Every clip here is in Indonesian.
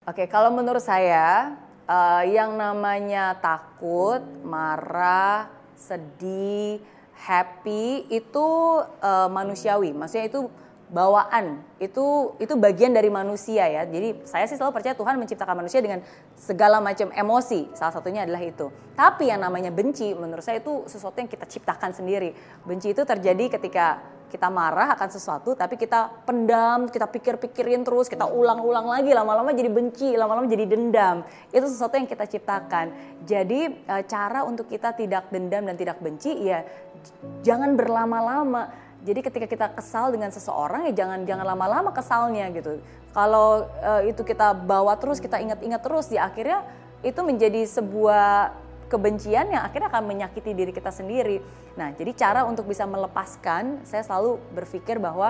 Oke, kalau menurut saya yang namanya takut, marah, sedih, happy itu manusiawi. Maksudnya itu bawaan, itu bagian dari manusia ya. Jadi saya sih selalu percaya Tuhan menciptakan manusia dengan segala macam emosi. Salah satunya adalah itu. Tapi yang namanya benci menurut saya itu sesuatu yang kita ciptakan sendiri. Benci itu terjadi ketika kita marah akan sesuatu tapi kita pendam, kita pikir-pikirin terus, kita ulang-ulang lagi, lama-lama jadi benci, lama-lama jadi dendam. Itu sesuatu yang kita ciptakan. Jadi cara untuk kita tidak dendam dan tidak benci ya jangan berlama-lama. Jadi ketika kita kesal dengan seseorang ya jangan lama-lama kesalnya gitu. Kalau itu kita bawa terus, kita ingat-ingat terus, ya akhirnya itu menjadi sebuah kebencian yang akhirnya akan menyakiti diri kita sendiri. Nah, jadi cara untuk bisa melepaskan, saya selalu berpikir bahwa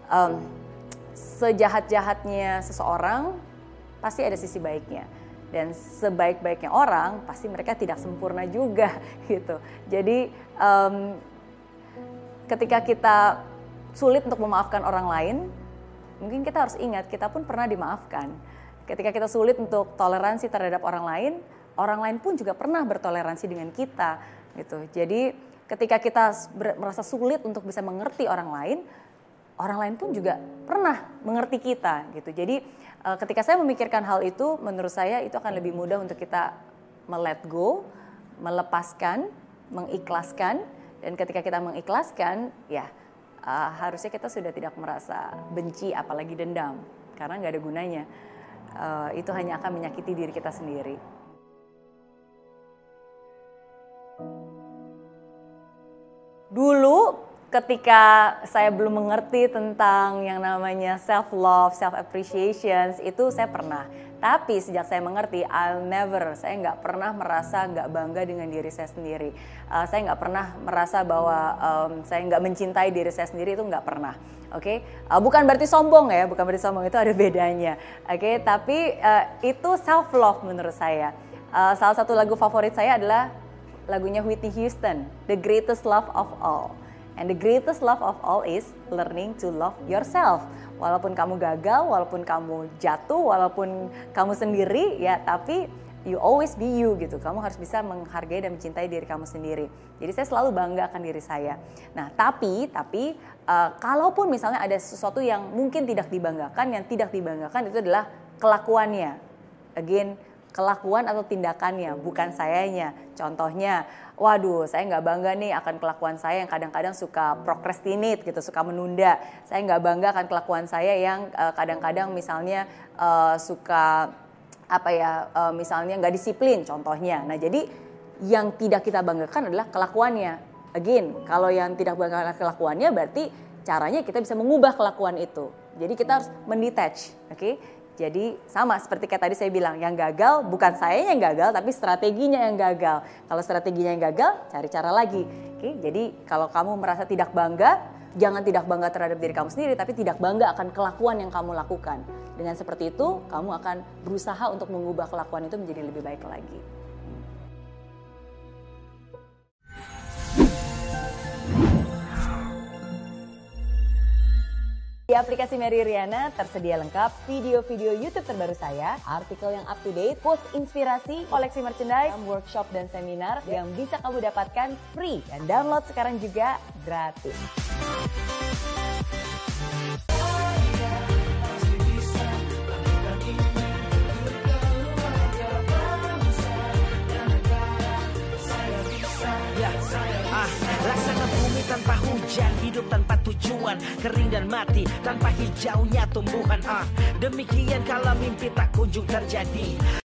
sejahat-jahatnya seseorang pasti ada sisi baiknya. Dan sebaik-baiknya orang pasti mereka tidak sempurna juga gitu. Jadi ketika kita sulit untuk memaafkan orang lain, mungkin kita harus ingat kita pun pernah dimaafkan. Ketika kita sulit untuk toleransi terhadap orang lain pun juga pernah bertoleransi dengan kita gitu. Jadi ketika kita merasa sulit untuk bisa mengerti orang lain pun juga pernah mengerti kita gitu. Jadi ketika saya memikirkan hal itu, menurut saya itu akan lebih mudah untuk kita let go, melepaskan, mengikhlaskan. Dan ketika kita mengikhlaskan, ya harusnya kita sudah tidak merasa benci apalagi dendam. Karena nggak ada gunanya. Itu hanya akan menyakiti diri kita sendiri. Dulu ketika saya belum mengerti tentang yang namanya self love, self appreciation, itu saya pernah. Tapi sejak saya mengerti, saya nggak pernah merasa nggak bangga dengan diri saya sendiri. Saya nggak pernah merasa bahwa saya nggak mencintai diri saya sendiri, itu nggak pernah. Oke, bukan berarti sombong ya, bukan berarti sombong, itu ada bedanya. Oke, tapi itu self love menurut saya. Salah satu lagu favorit saya adalah lagunya Whitney Houston, The Greatest Love of All. And the greatest love of all is learning to love yourself. Walaupun kamu gagal, walaupun kamu jatuh, walaupun kamu sendiri, ya tapi you always be you gitu. Kamu harus bisa menghargai dan mencintai diri kamu sendiri. Jadi saya selalu bangga akan diri saya. Nah tapi kalaupun misalnya ada sesuatu yang mungkin tidak dibanggakan, yang tidak dibanggakan itu adalah kelakuannya. Again, kelakuan atau tindakannya, bukan sayanya. Contohnya, waduh saya nggak bangga nih akan kelakuan saya yang kadang-kadang suka procrastinate gitu, suka menunda. Saya nggak bangga akan kelakuan saya yang kadang-kadang misalnya suka misalnya nggak disiplin contohnya. Nah jadi yang tidak kita banggakan adalah kelakuannya. Again, kalau yang tidak banggakan kelakuannya berarti caranya kita bisa mengubah kelakuan itu. Jadi kita harus mendetach, oke? Jadi sama seperti kayak tadi saya bilang, yang gagal bukan saya yang gagal, tapi strateginya yang gagal. Kalau strateginya yang gagal, cari cara lagi. Oke, jadi kalau kamu merasa tidak bangga, jangan tidak bangga terhadap diri kamu sendiri, tapi tidak bangga akan kelakuan yang kamu lakukan. Dengan seperti itu, kamu akan berusaha untuk mengubah kelakuan itu menjadi lebih baik lagi. Di aplikasi Mary Riana tersedia lengkap video-video YouTube terbaru saya, artikel yang up to date, post inspirasi, koleksi merchandise, workshop dan seminar yang bisa kamu dapatkan free dan download sekarang juga gratis. Laksana bumi tanpa hujan, hidup tanpa tujuan, kering dan mati tanpa hijaunya tumbuhan. Demikian kalau mimpi tak kunjung terjadi.